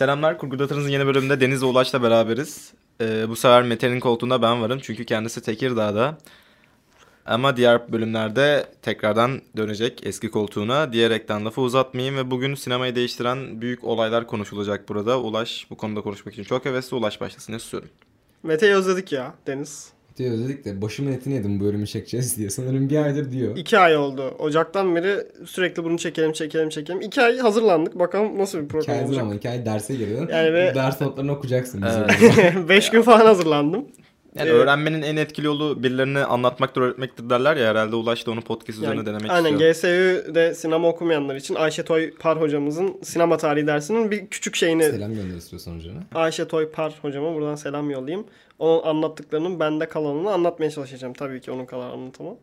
Selamlar, Kurgulatırız'ın yeni bölümünde Deniz ve Ulaş'la beraberiz. Bu sefer Mete'nin koltuğunda ben varım çünkü kendisi Tekirdağ'da. Ama diğer bölümlerde tekrardan dönecek eski koltuğuna diyerekten lafı uzatmayayım ve bugün sinemayı değiştiren büyük olaylar konuşulacak burada. Ulaş bu konuda konuşmak için çok hevesli. Ulaş başlasın istiyorum. Mete'yi özledik ya Deniz. Diyor dedik de başımın etini yedim bu bölümü çekeceğiz diye. Sanırım bir aydır diyor. 2 ay oldu. Ocaktan beri sürekli bunu çekelim. 2 ay hazırlandık. Bakalım nasıl bir program Hikaye olacak. ama hikaye derse girdin. Yani Ders notlarını okuyacaksın. Evet. 5 gün falan hazırlandım. Yani öğrenmenin en etkili yolu birilerini anlatmaktır, öğretmektir derler ya. Herhalde Ulaş da onu podcast üzerine denemek aynen, istiyor. GSÜ'de sinema okumayanlar için Ayşe Toypar hocamızın sinema tarihi dersinin bir küçük şeyini... Selam gönder istiyorsan hocana. Ayşe Toypar hocama buradan selam yollayayım. Onun anlattıklarının bende kalanını anlatmaya çalışacağım. Tabii ki onun kadar anlatamam.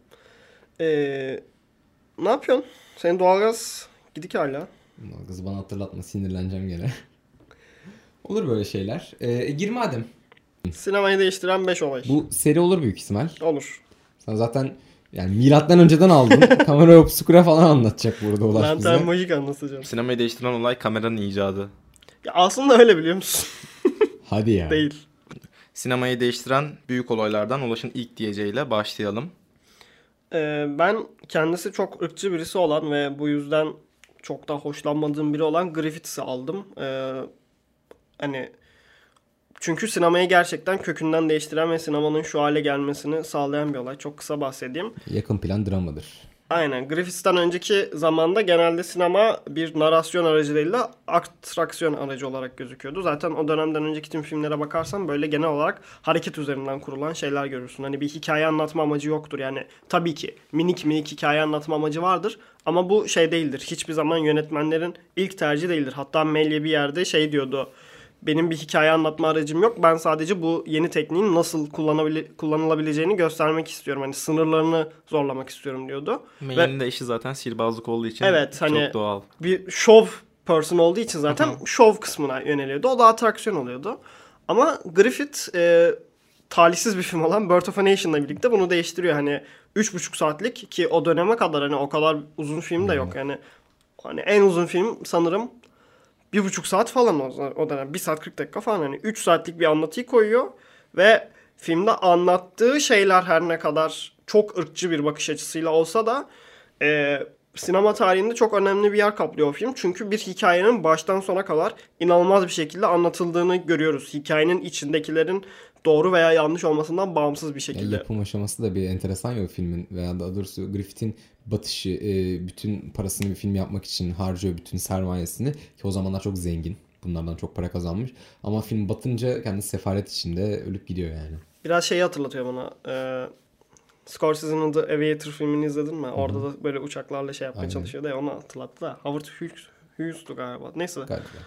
Ne yapıyorsun? Senin doğalgaz gidik hala. Kızı bana hatırlatma, sinirleneceğim gene. Olur böyle şeyler. Gir madem. Sinemayı değiştiren 5 olay. Bu seri olur büyük ihtimal. Olur. Sen zaten yani milattan önceden aldın. Kamera obskura falan anlatacak burada Ulaş bize. Lantern Magic anlatacağım. Sinemayı değiştiren olay kameranın icadı. Ya aslında öyle, biliyor musun? Hadi ya. Değil. Sinemayı değiştiren büyük olaylardan Ulaş'ın ilk diyeceğiyle başlayalım. Ben kendisi çok ırkçı birisi olan ve bu yüzden çok da hoşlanmadığım biri olan Griffiths'i aldım. Hani çünkü sinemayı gerçekten kökünden değiştiren ve sinemanın şu hale gelmesini sağlayan bir olay. Çok kısa bahsedeyim. Yakın plan dramadır. Aynen. Griffiths'ten önceki zamanda genelde sinema bir narasyon aracı değil de atraksiyon aracı olarak gözüküyordu. Zaten o dönemden önceki tüm filmlere bakarsan böyle genel olarak hareket üzerinden kurulan şeyler görürsün. Hani bir hikaye anlatma amacı yoktur. Yani tabii ki minik hikaye anlatma amacı vardır. Ama bu şey değildir. Hiçbir zaman yönetmenlerin ilk tercihi değildir. Hatta Melye bir yerde şey diyordu. Benim bir hikaye anlatma aracım yok. Ben sadece bu yeni tekniğin nasıl kullanılabileceğini göstermek istiyorum. Hani sınırlarını zorlamak istiyorum diyordu. May'in de işi zaten sihirbazlık olduğu için evet, hani çok doğal. bir show person olduğu için zaten show kısmına yöneliyordu. O da atraksiyon oluyordu. Ama Griffith talihsiz bir film olan Birth of a Nation'la birlikte bunu değiştiriyor. Hani 3,5 saatlik ki o döneme kadar hani o kadar uzun film de yok. Yani hani en uzun film sanırım 1,5 saat falan o dönem. 1 saat 40 dakika falan. Hani 3 saatlik bir anlatıyı koyuyor. Ve filmde anlattığı şeyler her ne kadar çok ırkçı bir bakış açısıyla olsa da sinema tarihinde çok önemli bir yer kaplıyor o film. Çünkü bir hikayenin baştan sona kadar inanılmaz bir şekilde anlatıldığını görüyoruz. Hikayenin içindekilerin doğru veya yanlış olmasından bağımsız bir şekilde. Yapım aşaması da bir enteresan ya o filmin, veya daha doğrusu Griffith'in batışı, bütün parasını bir film yapmak için harcıyor, bütün sermayesini, ki o zamanlar çok zengin, bunlardan çok para kazanmış, ama film batınca kendisi sefalet içinde ölüp gidiyor yani. Biraz şeyi hatırlatıyor bana. Scorsese'nin The Aviator filmini izledin mi? Orada da böyle uçaklarla şey yapmaya çalışıyordu ya, onu hatırlattı da. Howard Hughes'tu galiba. Neyse.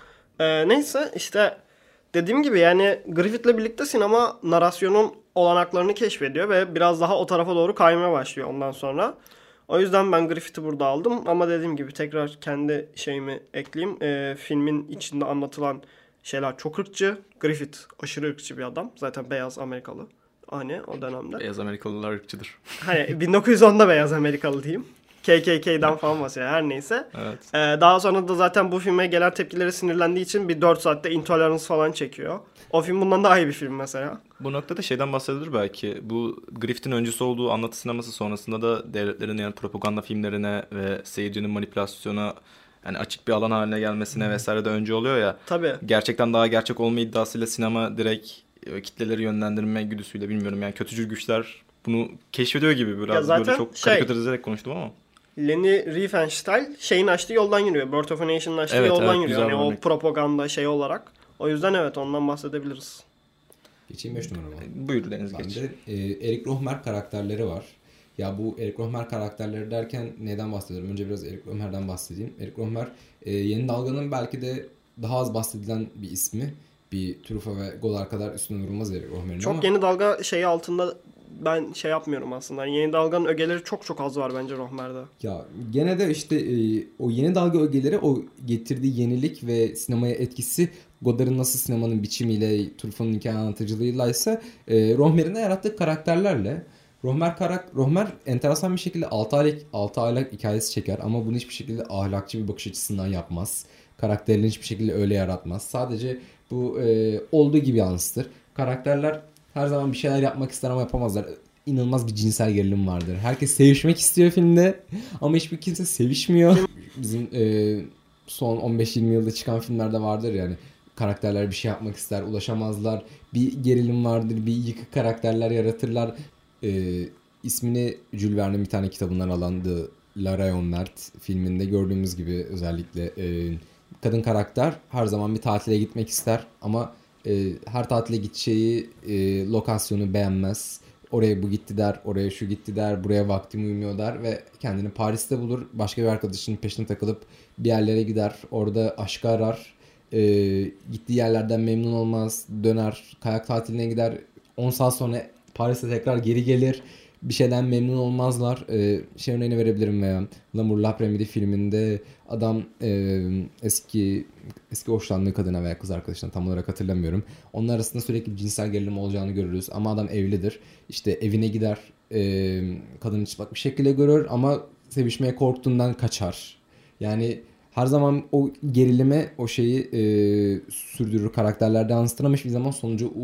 Neyse işte dediğim gibi yani Griffith'le birlikte sinema narasyonun olanaklarını keşfediyor ve biraz daha o tarafa doğru kaymaya başlıyor ondan sonra. O yüzden ben Griffith'i burada aldım ama dediğim gibi tekrar kendi şeyimi ekleyeyim. Filmin içinde anlatılan şeyler çok ırkçı. Griffith aşırı ırkçı bir adam. Zaten beyaz Amerikalı. Hani o dönemde. Beyaz Amerikalılar ırkçıdır. Hani 1910'da beyaz Amerikalı diyeyim. KKK'dan falan bahsediyor, her neyse. Evet. Daha sonra da zaten bu filme gelen tepkilere sinirlendiği için bir 4 saatte Intolerance falan çekiyor. O film bundan daha iyi bir film mesela. Bu noktada şeyden bahsedilir belki. Bu Griffith'in öncüsü olduğu anlatı sineması sonrasında da devletlerin yani propaganda filmlerine ve seyircinin manipülasyona, yani açık bir alan haline gelmesine vesaire de önce oluyor ya. Tabii. Gerçekten daha gerçek olma iddiasıyla sinema direkt kitleleri yönlendirme güdüsüyle, bilmiyorum yani kötücül güçler bunu keşfediyor gibi biraz böyle çok karikatürize ederek konuştum ama. Leni Riefenstahl şeyin açtığı yoldan yürüyor. Birth of a Nation'ın açtığı yoldan yürüyor. Yani o propaganda şey olarak. O yüzden evet, ondan bahsedebiliriz. Geçeyim 5 numarama. Buyur Deniz, geç. Erik Rohmer karakterleri var. Ya bu Erik Rohmer karakterleri derken neden bahsediyorum? Önce biraz Erik Rohmer'den bahsedeyim. Erik Rohmer yeni dalganın belki de daha az bahsedilen bir ismi. Bir Truffaut ve Godard kadar üstüne vurulmaz Erik Rohmer'in çok ama yeni dalga şeyi altında ben şey yapmıyorum aslında. Yani yeni dalganın ögeleri çok az var bence Rohmer'de. Ya gene de işte o yeni dalga ögeleri, o getirdiği yenilik ve sinemaya etkisi Godard'ın nasıl sinemanın biçimiyle, Truffaut'un hikaye anlatıcılığıyla ise Rohmer'in de yarattığı karakterlerle. Rohmer enteresan bir şekilde 6 aylık hikayesi çeker ama bunu hiçbir şekilde ahlakçı bir bakış açısından yapmaz. Karakterini hiçbir şekilde öyle yaratmaz. Sadece bu olduğu gibi yansıtır. Karakterler her zaman bir şeyler yapmak ister ama yapamazlar. İnanılmaz bir cinsel gerilim vardır. Herkes sevişmek istiyor filmde ama hiçbir kimse sevişmiyor. Bizim son 15-20 yılda çıkan filmlerde vardır yani. Karakterler bir şey yapmak ister, ulaşamazlar. Bir gerilim vardır, bir yıkık karakterler yaratırlar. İsmini Jules Verne'in bir tane kitabından alan The La Rayon Verte filminde gördüğümüz gibi özellikle kadın karakter her zaman bir tatile gitmek ister ama her tatile gideceği lokasyonu beğenmez. Oraya bu gitti der, oraya şu gitti der, buraya vaktim uymuyor der ve kendini Paris'te bulur. Başka bir arkadaşının peşine takılıp bir yerlere gider, orada aşkı arar. Gittiği yerlerden memnun olmaz, döner, kayak tatiline gider. 10 saat sonra Paris'e tekrar geri gelir. Bir şeyden memnun olmazlar. Şey örneğini verebilirim veya L'amour l'après-midi filminde adam eski hoşlandığı kadına veya kız arkadaşına tam olarak hatırlamıyorum. Onlar arasında sürekli cinsel gerilim olacağını görürüz. Ama adam evlidir. İşte evine gider. Kadını çıplak bir şekilde görür ama sevişmeye korktuğundan kaçar. Yani her zaman o gerilime o şeyi sürdürür. Karakterlerde yansıtır hiçbir zaman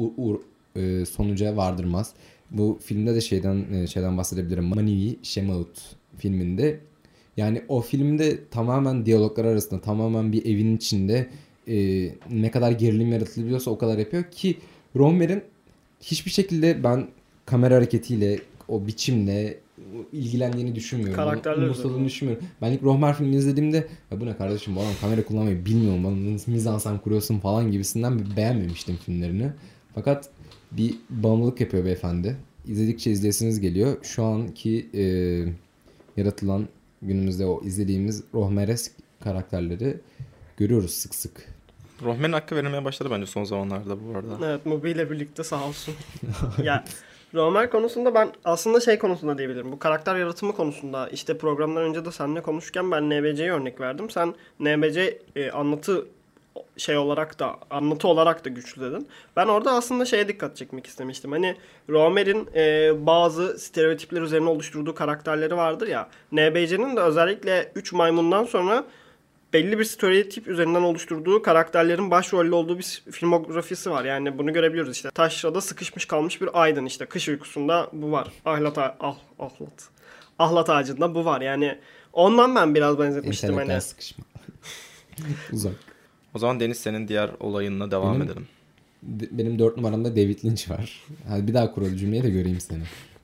sonuca vardırmaz. Bu filmde de şeyden bahsedebilirim. Manivi Şemaut filminde. Yani o filmde tamamen diyaloglar arasında, tamamen bir evin içinde ne kadar gerilim yaratılabiliyorsa o kadar yapıyor ki Rohmer'in hiçbir şekilde ben kamera hareketiyle, o biçimle ilgilendiğini düşünmüyorum. Karakterler umursadığını düşünmüyorum. Ben ilk Rohmer filmini izlediğimde ya bu ne kardeşim, bu adam kamera kullanmayı bilmiyor mu? Bana mizansen kuruyorsun falan gibisinden bir beğenmemiştim filmlerini. Fakat bir bağımlılık yapıyor beyefendi. İzledikçe izleyesiniz geliyor. Şu anki yaratılan günümüzde o izlediğimiz Rohmeresk karakterleri görüyoruz sık sık. Rohmer'in hakkı verilmeye başladı bence son zamanlarda bu arada. Evet, Mubi ile birlikte sağ olsun. Ya Rohmer konusunda ben aslında şey konusunda diyebilirim. Bu karakter yaratımı konusunda işte programdan önce de seninle konuşurken ben NBC'ye örnek verdim. Sen NBC anlatı olarak da güçlü dedin. Ben orada aslında şeye dikkat çekmek istemiştim. Hani Rohmer'in bazı stereotipler üzerine oluşturduğu karakterleri vardır ya. NBC'nin de özellikle 3 maymundan sonra belli bir stereotip üzerinden oluşturduğu karakterlerin başrolde olduğu bir filmografisi var. Yani bunu görebiliyoruz işte. Taşrada sıkışmış kalmış bir aydın işte. Kış uykusunda bu var. Ahlat ağacında bu var. Yani ondan ben biraz benzetmiştim. İnternetten sıkışma. Uzak. O zaman Deniz, senin diğer olayınla devam edelim. Benim 4 numaramda David Lynch var. Hadi bir daha kur cümleyi de göreyim seni.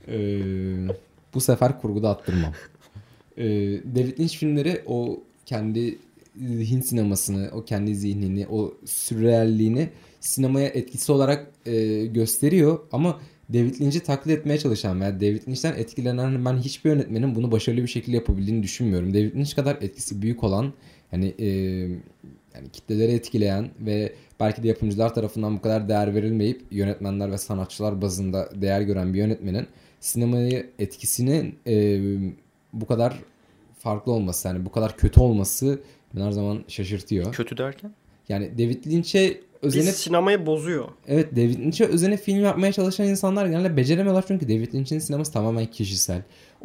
Bu sefer kurguda attırmam. David Lynch filmleri o kendi Hint sinemasını, o kendi zihnini, o sürrealliğini sinemaya etkisi olarak gösteriyor. Ama David Lynch'i taklit etmeye çalışan veya David Lynch'ten etkilenen ben hiçbir yönetmenin bunu başarılı bir şekilde yapabildiğini düşünmüyorum. David Lynch kadar etkisi büyük olan yani kitleleri etkileyen ve belki de yapımcılar tarafından bu kadar değer verilmeyip yönetmenler ve sanatçılar bazında değer gören bir yönetmenin sinemaya etkisinin bu kadar farklı olması, yani bu kadar kötü olması beni her zaman şaşırtıyor. Kötü derken? Yani David Lynch'e özenip sinemayı bozuyor. Evet, David Lynch'e özenip film yapmaya çalışan insanlar genelde beceremiyorlar çünkü David Lynch'in sineması tamamen kişisel.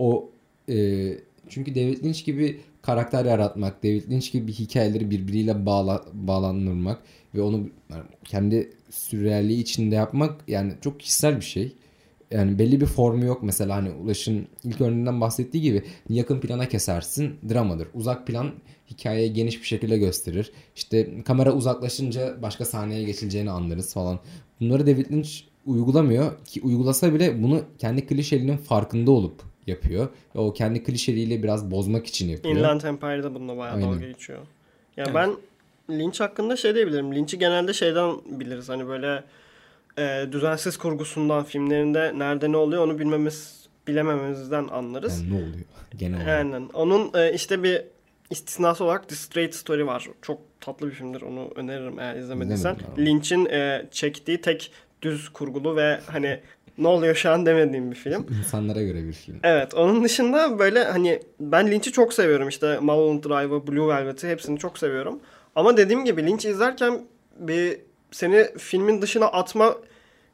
Çünkü David Lynch gibi karakter yaratmak, David Lynch gibi hikayeleri birbiriyle bağlandırmak ve onu yani kendi sürrealliği içinde yapmak yani çok kişisel bir şey. Yani belli bir formu yok. Mesela hani Ulaş'ın ilk örneğinden bahsettiği gibi yakın plana kesersin, dramadır. Uzak plan hikayeyi geniş bir şekilde gösterir. İşte kamera uzaklaşınca başka sahneye geçileceğini anlarız falan. Bunları David Lynch uygulamıyor ki uygulasa bile bunu kendi klişeliğinin farkında olup yapıyor. Ve o kendi klişeliğiyle biraz bozmak için yapıyor. Inland Empire'da bununla bayağı dalga geçiyor. Ya Evet. ben Lynch hakkında şey diyebilirim. Lynch'i genelde şeyden biliriz. Hani böyle düzensiz kurgusundan, filmlerinde nerede ne oluyor onu bilemememizden anlarız. Yani ne oluyor genel olarak. Aynen. Onun işte bir istisnası olarak The Straight Story var. Çok tatlı bir filmdir. Onu öneririm eğer izlemediysen. İzlemedim. Lynch'in çektiği tek düz kurgulu ve hani ne oluyor şu an demediğim bir film. İnsanlara göre bir film. Evet, onun dışında böyle hani ben Lynch'i çok seviyorum. İşte Mulholland Drive'ı, Blue Velvet'i hepsini çok seviyorum. Ama dediğim gibi Lynch izlerken seni filmin dışına atma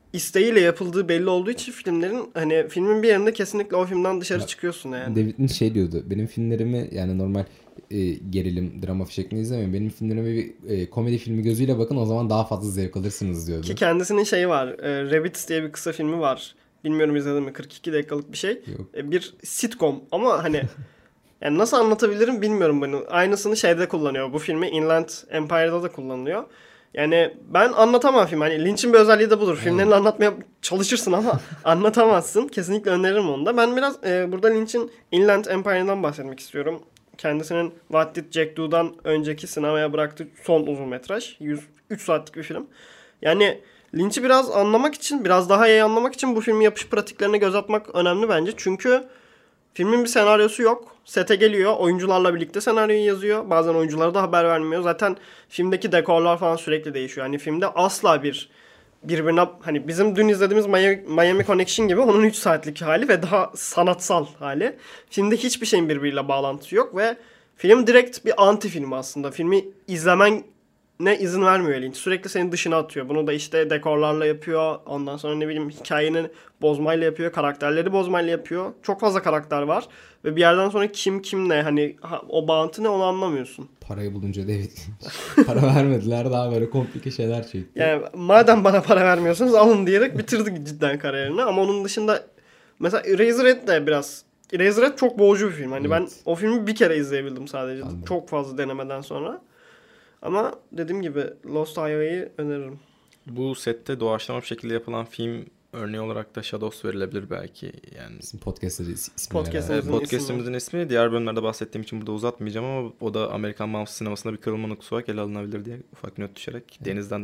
isteğiyle yapıldığı belli olduğu için filmlerin hani filmin bir yerinde kesinlikle o filmden dışarı çıkıyorsun yani. David şey diyordu. Benim filmlerimi yani normal gerilim, drama şeklinde izlemeyin. Benim filmlerime bir komedi filmi gözüyle bakın, o zaman daha fazla zevk alırsınız diyordu. Ki kendisinin şeyi var. Rabbits diye bir kısa filmi var. Bilmiyorum izledin mi? 42 dakikalık bir şey. Yok. Bir sitcom ama hani yani nasıl anlatabilirim bilmiyorum bunu. Aynısını şeyde kullanıyor. Bu filmi Inland Empire'da da kullanılıyor. Yani ben anlatamam film. Hani Lynch'in bir özelliği de budur. Filmlerini anlatmaya çalışırsın ama anlatamazsın. Kesinlikle öneririm onu da. Ben biraz burada Lynch'in Inland Empire'dan bahsetmek istiyorum. Kendisinin What Did Jack Do'dan önceki sinemaya bıraktığı son uzun metraj. 103 saatlik bir film. Yani Lynch'i biraz anlamak için, biraz daha iyi anlamak için bu filmin yapış pratiklerine göz atmak önemli bence. Çünkü filmin bir senaryosu yok. Sete geliyor, oyuncularla birlikte senaryoyu yazıyor. Bazen oyunculara da haber vermiyor. Zaten filmdeki dekorlar falan sürekli değişiyor. Yani filmde asla birbirine hani bizim dün izlediğimiz Miami Connection gibi onun 3 saatlik hali ve daha sanatsal hali. Filmde hiçbir şeyin birbiriyle bağlantısı yok ve film direkt bir anti film aslında. Filmi izlemen ne izin vermiyor Lynch. Sürekli seni dışına atıyor. Bunu da işte dekorlarla yapıyor. Ondan sonra ne bileyim hikayenin bozmayla yapıyor. Karakterleri bozmayla yapıyor. Çok fazla karakter var. Ve bir yerden sonra kim ne hani o bağıntı ne onu anlamıyorsun. Parayı bulunca David para vermediler, daha böyle komplike şeyler çekti. Yani madem bana para vermiyorsunuz alın diyerek bitirdi cidden kariyerini. Ama onun dışında mesela Eraserhead de biraz Eraserhead çok boğucu bir film. Hani ben o filmi bir kere izleyebildim sadece. Anladım. Çok fazla denemeden sonra. Ama dediğim gibi Lost Highway'i öneririm. Bu sette doğaçlama bir şekilde yapılan film örneği olarak da Shadows verilebilir belki. Yani Bizim podcast'ı ismi Podcast'ımızın podcast'imizin ismi diğer bölümlerde bahsettiğim için burada uzatmayacağım ama o da Amerikan bağımsız sinemasında bir kırılma noktası olarak ele alınabilir diye ufak bir not düşerek.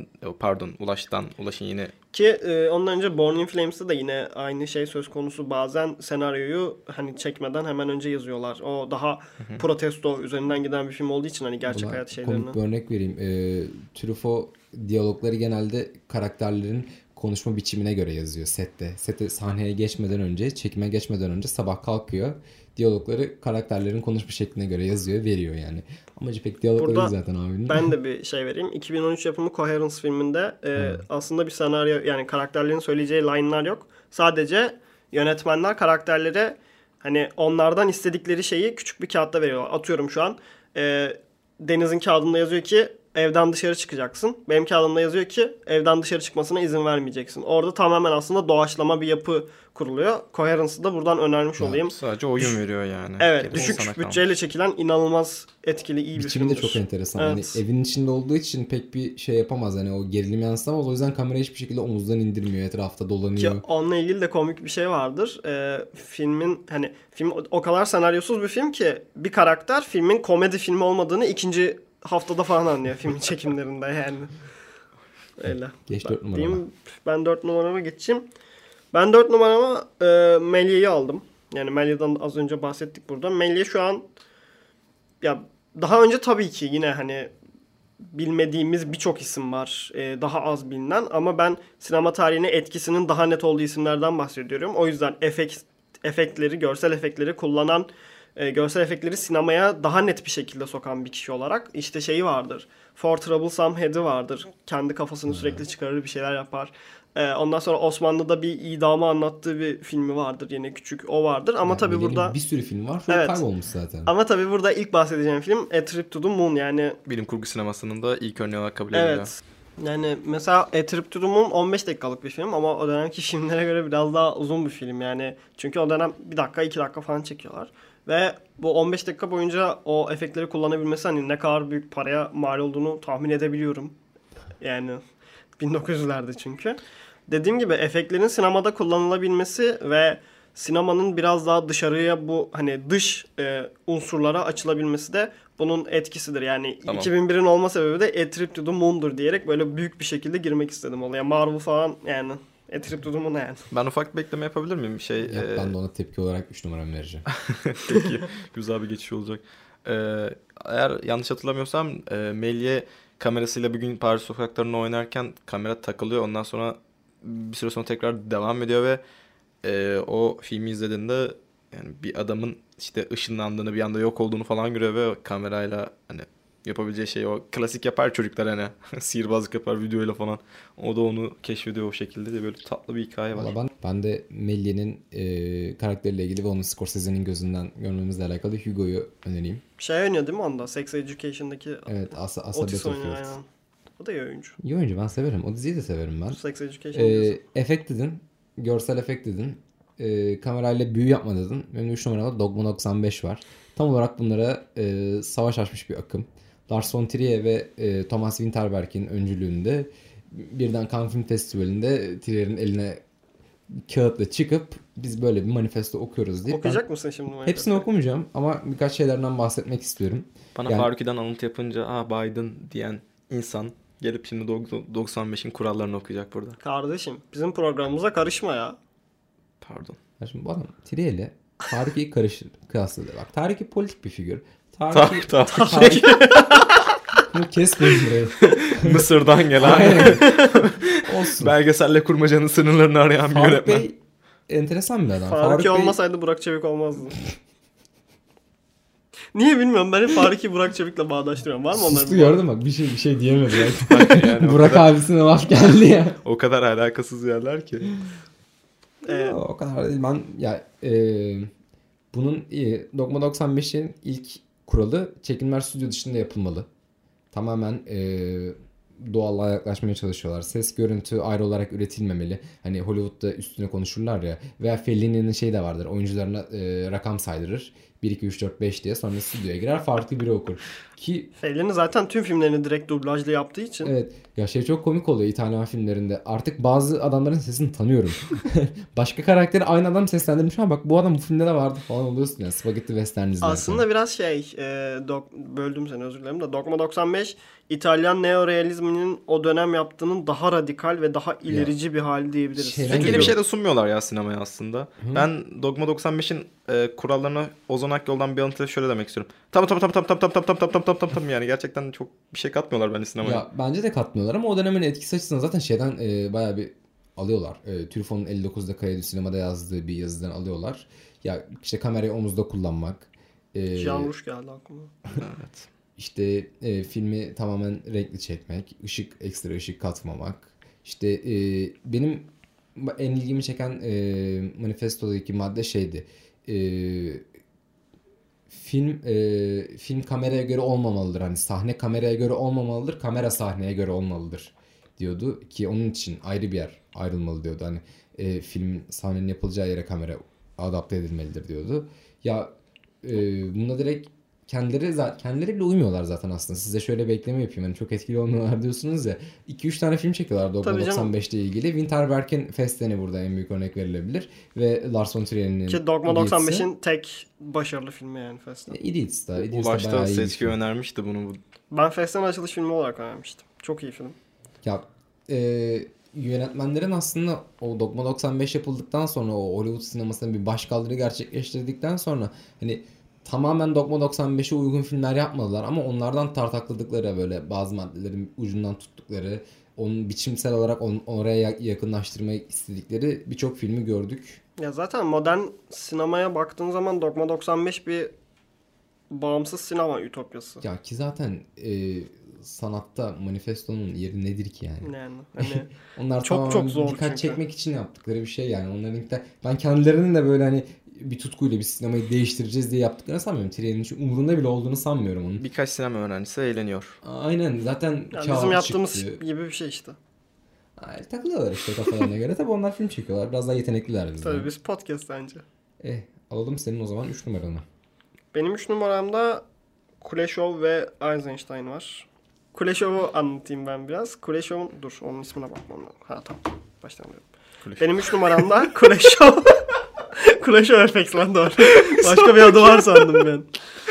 Ulaş'ın yine Ki ondan önce Born in Flames'te de yine aynı şey söz konusu. Bazen senaryoyu hani çekmeden hemen önce yazıyorlar. O daha protesto üzerinden giden bir film olduğu için hani gerçek Buna hayat şeylerini. komik bir örnek vereyim. Truffaut diyalogları genelde karakterlerin konuşma biçimine göre yazıyor sette. Sete sahneye geçmeden önce, çekime geçmeden önce sabah kalkıyor. Diyalogları karakterlerin konuşma şekline göre yazıyor, veriyor yani. Amacı pek diyalogları Burada değil zaten abinin. Ben de bir şey vereyim. 2013 yapımı Coherence filminde aslında bir senaryo yani karakterlerin söyleyeceği line'lar yok. Sadece yönetmenler karakterlere hani onlardan istedikleri şeyi küçük bir kağıtta veriyorlar. Atıyorum şu an Deniz'in kağıdında yazıyor ki evden dışarı çıkacaksın. Benim kağıdımda yazıyor ki evden dışarı çıkmasına izin vermeyeceksin. Orada tamamen aslında doğaçlama bir yapı kuruluyor. Coherence'ı da buradan önermiş olayım. sadece oyun veriyor yani. Evet, Gerisi sana düşük kalmış. bütçeyle çekilen inanılmaz etkili iyi bir Biçimi de filmdir. çok enteresan. Evet. Hani evin içinde olduğu için pek bir şey yapamaz. Hani o gerilim yansıtamaz. O yüzden kamera hiçbir şekilde omuzdan indirmiyor. Etrafta Ki dolanıyor. onunla ilgili de komik bir şey vardır. Film o kadar senaryosuz bir film ki bir karakter filmin komedi filmi olmadığını ikinci haftada falan anlıyor filmin çekimlerinde yani. Öyle. Geç 4 numarama. Ben 4 numarama geçeyim. Ben 4 numarama Melia'yı aldım. Yani Melia'dan az önce bahsettik burada. Melia şu an ya daha önce tabii ki yine hani bilmediğimiz birçok isim var. Daha az bilinen ama ben sinema tarihine etkisinin daha net olduğu isimlerden bahsediyorum. O yüzden efektleri, görsel efektleri kullanan, görsel efektleri sinemaya daha net bir şekilde sokan bir kişi olarak işte şeyi vardır. For Troublesome Head'i vardır. Kendi kafasını sürekli çıkarır, bir şeyler yapar. Ondan sonra Osmanlı'da bir idamı anlattığı bir filmi vardır. Yine küçük o vardır. Ama Yani tabii Melia'nın burada bir sürü film var. Sonra Evet. kaybolmuş zaten. ama tabii burada ilk bahsedeceğim film A Trip to the Moon yani. Bilim kurgu sinemasının da ilk örneği olarak kabul ediliyor. Evet. Yani mesela A Trip to the Moon 15 dakikalık bir film ama o dönemki filmlere göre biraz daha uzun bir film yani. Çünkü o dönem 1 dakika 2 dakika falan çekiyorlar. Ve bu 15 dakika boyunca o efektleri kullanabilmesi hani ne kadar büyük paraya mal olduğunu tahmin edebiliyorum. Yani 1900'lerde çünkü. Dediğim gibi efektlerin sinemada kullanılabilmesi ve sinemanın biraz daha dışarıya bu hani dış unsurlara açılabilmesi de bunun etkisidir. Yani Tamam. 2001'in olma sebebi de A Trip to the Moon'dur diyerek böyle büyük bir şekilde girmek istedim olaya. Marvel falan yani A Trip to the Moon yani. Ben ufak bir bekleme yapabilir miyim? Ben de ona tepki olarak 3 numaramı vereceğim. Peki. Güzel bir geçiş olacak. Eğer yanlış hatırlamıyorsam Melie kamerasıyla bir gün Paris sokaklarında oynarken kamera takılıyor. Ondan sonra bir süre sonra tekrar devam ediyor ve o filmi izlediğinde yani bir adamın işte ışınlandığını, bir anda yok olduğunu falan görüyor ve kamerayla hani yapabileceği şey o. Klasik yapar çocuklar hani. Sihirbazlık yapar videoyla falan. O da onu keşfediyor o şekilde de böyle tatlı bir hikaye var. Valla ben de Mellie'nin karakteriyle ilgili ve onun Scorsese'nin gözünden görmemizle alakalı Hugo'yu önereyim. Şey oynuyor değil mi onda? Sex Education'daki Evet, Asa Otis oynuyor Butterfield. aynen. O da iyi oyuncu. İyi oyuncu, ben severim. O diziyi de severim ben. Sex Education diyorsun. Efekt dedin. Görsel efekt dedin. Kamerayla büyü yapma dedin. Benim 3 numarada Dogma 95 var. Tam olarak bunlara savaş açmış bir akım. Lars von Trier ve Thomas Winterberg'in öncülüğünde birden Cannes Film Festivali'nde Trier'in eline kağıtla çıkıp biz böyle bir manifesto okuyoruz diye. Okuyacak mısın şimdi manifestoyu? Hepsini okumayacağım ama birkaç şeylerden bahsetmek istiyorum. Bana Yani- Faruki'den alıntı yapınca Biden diyen insan gelip şimdi 95'in kurallarını okuyacak burada. Kardeşim bizim programımıza karışma ya. Pardon. Ya şimdi bu adam Trier'le Tarık'ı kıyasladı. Bak Tarık politik bir figür. Tarık Bunu kesmeyin burayı. Mısır'dan gelen Aynen. Olsun. belgeselle kurmacanın sınırlarını arayan bir Faruk yönetmen. Bey enteresan bir adam. Faruki Bey- olmasaydı Burak Çevik olmazdı. Niye bilmiyorum. Ben hep Faruki Burak Çevik'le bağdaştırıyorum. Var mı onların? Sustu gördün mü? Bak bir şey diyemedi. Yani o Burak kadar- abisine laf geldi ya. O kadar alakasız yerler ki. O kadar değil. Ben ya bunun Dogma 95'in ilk kuralı çekimler stüdyo dışında yapılmalı. Tamamen doğallığa yaklaşmaya çalışıyorlar. Ses, görüntü ayrı olarak üretilmemeli. Hani Hollywood'da üstüne konuşurlar ya. Veya Fellini'nin şey de vardır. Oyuncularına rakam saydırır. 1, 2, 3, 4, 5 diye. Sonra stüdyoya girer. Farklı biri okur. Ki Fellini zaten tüm filmlerini direkt dublajlı yaptığı için. evet. Ya şey çok komik oluyor İtalyan filmlerinde. Artık bazı adamların sesini tanıyorum. Başka karakteri aynı adam seslendirmiş ama bak bu adam bu filmde de vardı falan oluyorsun yani. Spaghetti Western izlerken. Aslında biraz böldüm seni özür dilerim de Dogma 95 İtalyan neorealizminin o dönem yaptığının daha radikal ve daha ilerici bir hali diyebiliriz. Şeyden Pek yeni bir geliyor. şey de sunmuyorlar ya sinemaya aslında. Ben Dogma 95'in kurallarına Ozan Akyol'dan bir alıntı şöyle demek istiyorum. Tam yani gerçekten çok bir şey katmıyorlar bence sinemaya. Ya bence de katmıyorlar ama o dönemin etkisi açısından zaten şeyden bayağı bir alıyorlar. Truffaut'un 59'da Kaydı Sinema'da yazdığı bir yazıdan alıyorlar. Ya işte kamerayı omuzda kullanmak. Jean Rouge geldi aklıma. Evet. İşte filmi tamamen renkli çekmek, ekstra ışık katmamak. İşte benim en ilgimi çeken manifestodaki madde şeydi. Film kameraya göre olmamalıdır. Hani sahne kameraya göre olmamalıdır, kamera sahneye göre olmalıdır diyordu ki onun için ayrı bir yer ayrılmalı diyordu. Hani film sahnenin yapılacağı yere kamera adapte edilmelidir diyordu. Ya buna direkt kendileri bile uymuyorlar zaten aslında. Size şöyle bir ekleme yapayım. Hani çok etkili olmuyorlar diyorsunuz ya. 2-3 tane film çekiyorlar Dogma Tabii canım. 95 ile ilgili. Winterberg'in Fest'ini burada en büyük örnek verilebilir. Ve Lars von Trier'in Ki Dogma Idiots'ı. 95'in tek başarılı filmi yani Fast'ın. Idiots da Ulaş da bayağı iyi bir seçki film. önermişti bunu. Ben Fast'ın açılış filmi olarak önermiştim. Çok iyi film. Ya yönetmenlerin aslında o Dogma 95 yapıldıktan sonra o Hollywood sinemasında bir başkaldırı gerçekleştirdikten sonra hani tamamen Dogma 95'e uygun filmler yapmadılar ama onlardan tartakladıkları böyle bazı maddelerin ucundan tuttukları onun biçimsel olarak oraya yakınlaştırmayı istedikleri birçok filmi gördük. Ya zaten modern sinemaya baktığın zaman Dogma 95 bir bağımsız sinema ütopyası. Ya ki zaten sanatta manifestonun yeri nedir ki yani? Yani hani Onlar Çok tamamen zor dikkat çünkü. çekmek için yaptıkları bir şey yani. Onların da ben kendilerinin de böyle hani bir tutkuyla bir sinemayı değiştireceğiz diye yaptıklarını sanmıyorum. Trier'in hiç umurunda bile olduğunu sanmıyorum onun. Birkaç sinema öğrencisi eğleniyor. Aynen zaten yani kağıt bizim yaptığımız çıktı. gibi bir şey işte. Ay, takılıyorlar işte kafalarına göre. Tabii onlar film çekiyorlar. Biraz daha yetenekliler bizden. Tabii biz podcast bence. Alalım senin o zaman 3 numaranı. Benim 3 numaramda Kuleshov ve Eisenstein var. Kuleshov'u anlatayım ben biraz. Kuleshov'un... Dur onun ismine bakmam lazım. Ha tamam. Baştan diyorum. Benim 3 numaramda Kuleshov. Kuleshov FX lan doğru. Başka bir adı var sandım ben.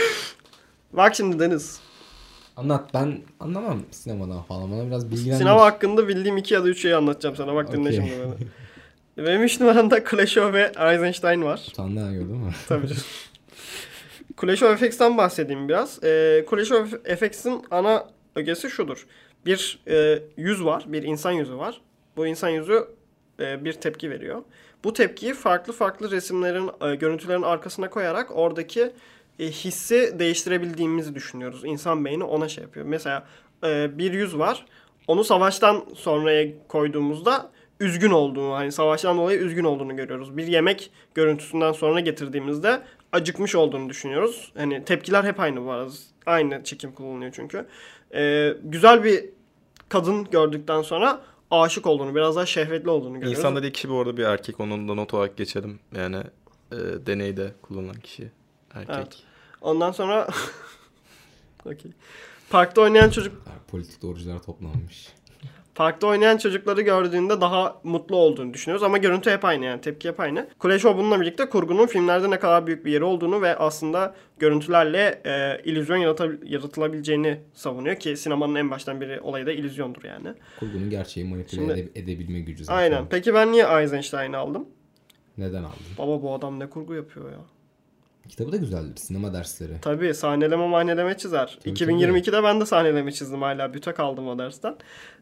Bak şimdi Deniz. Anlat, ben anlamam sinemadan falan. Bana biraz bilgilendir. Sinema hakkında bildiğim 2 ya da 3 şeyi anlatacağım sana. Bak dinle Okey. şimdi beni. Benim 3 numaramda Kuleshov ve Eisenstein var. Utandın ha, gördün mü? Tabii canım. Kuleshov FX'ten bahsedeyim biraz. Kuleshov FX'in ana ögesi şudur. Bir yüz var, bir insan yüzü var. Bu insan yüzü bir tepki veriyor. Bu tepkiyi farklı farklı resimlerin, görüntülerin arkasına koyarak oradaki hissi değiştirebildiğimizi düşünüyoruz. İnsan beyni ona şey yapıyor. Mesela bir yüz var. Onu savaştan sonraya koyduğumuzda üzgün olduğunu, hani savaştan dolayı üzgün olduğunu görüyoruz. Bir yemek görüntüsünden sonra getirdiğimizde acıkmış olduğunu düşünüyoruz. Hani tepkiler hep aynı bu arada. Aynı çekim kullanılıyor çünkü. Güzel bir kadın gördükten sonra aşık olduğunu, biraz daha şehvetli olduğunu görüyoruz. İnsan dediği kişi bu arada bir erkek. Onun da not olarak geçelim. Yani deneyde kullanılan kişi erkek. Evet. Ondan sonra okey. Parkta oynayan çocuk Politik doğrucular toplanmış. Parkta oynayan çocukları gördüğünde daha mutlu olduğunu düşünüyoruz ama görüntü hep aynı, yani tepki hep aynı. Kuleşov bununla birlikte kurgunun filmlerde ne kadar büyük bir yeri olduğunu ve aslında görüntülerle illüzyon yaratılabileceğini savunuyor ki sinemanın en baştan biri olayı da illüzyondur yani. Kurgunun gerçeği manipüle edebilme gücü zaten. Aynen. Peki ben niye Eisenstein'ı aldım? Neden aldın? Baba bu adam ne kurgu yapıyor ya. Kitabı da güzeldir. Sinema dersleri. Tabii sahneleme mahneleme çizer. Tabii, 2022'de ben de sahneleme çizdim, hala büte kaldım o dersten.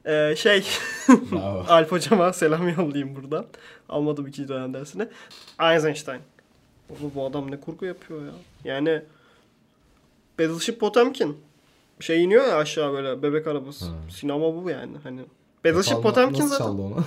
Bravo. Alp hocama selam yollayayım buradan. Almadım 2. dönem dersini. Eisenstein. Bu adam ne kurgu yapıyor ya. Yani Battleship Potemkin. Şey iniyor ya aşağı böyle bebek arabası. Ha. Sinema bu yani. Hani Battleship Yapalım, Potemkin nasıl zaten. çaldı onu?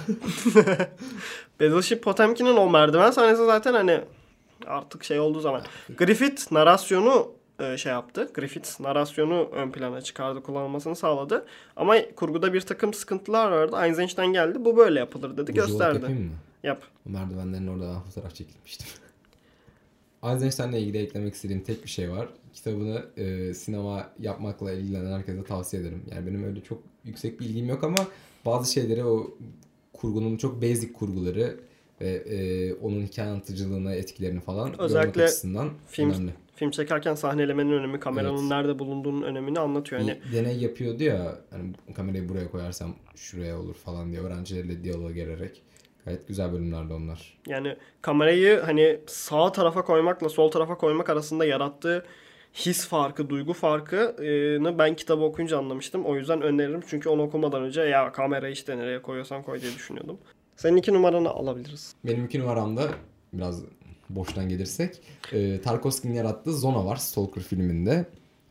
Battleship Potemkin'in o merdiven sahnesi zaten hani artık şey olduğu zaman. Griffith narasyonu şey yaptı. Griffith narasyonu ön plana çıkardı, kullanılmasını sağladı. Ama kurguda bir takım sıkıntılar vardı. Eisenstein geldi. Bu böyle yapılır dedi, Burjuvalık gösterdi. yapayım mı? Yap. O merdivenlerin orada fotoğraf çekilmiştim. Eisenstein'le ilgili eklemek istediğim tek bir şey var. Kitabını sinema yapmakla ilgilenen herkese tavsiye ederim. Yani benim öyle çok yüksek bir ilgim yok ama bazı şeyleri, o kurgunun çok basic kurguları ve onun hikaye anlatıcılığına etkilerini falan görmek Özellikle açısından önemli. film çekerken sahnelemenin önemi, kameranın Evet. nerede bulunduğunun önemini anlatıyor. Yani Bir deney yapıyordu ya, hani kamerayı buraya koyarsam şuraya olur falan diye öğrencilerle diyaloğa girerek. Gayet güzel bölümlerdi onlar. Yani kamerayı hani sağ tarafa koymakla sol tarafa koymak arasında yarattığı his farkı, duygu farkını ben kitabı okuyunca anlamıştım. O yüzden öneririm. Çünkü onu okumadan önce ya kamera işte nereye koyuyorsan koy diye düşünüyordum. Senin 2 numaranı alabiliriz. Benim 2 numaramda biraz boştan gelirsek Tarkovski'nin yarattığı Zona var Stalker filminde.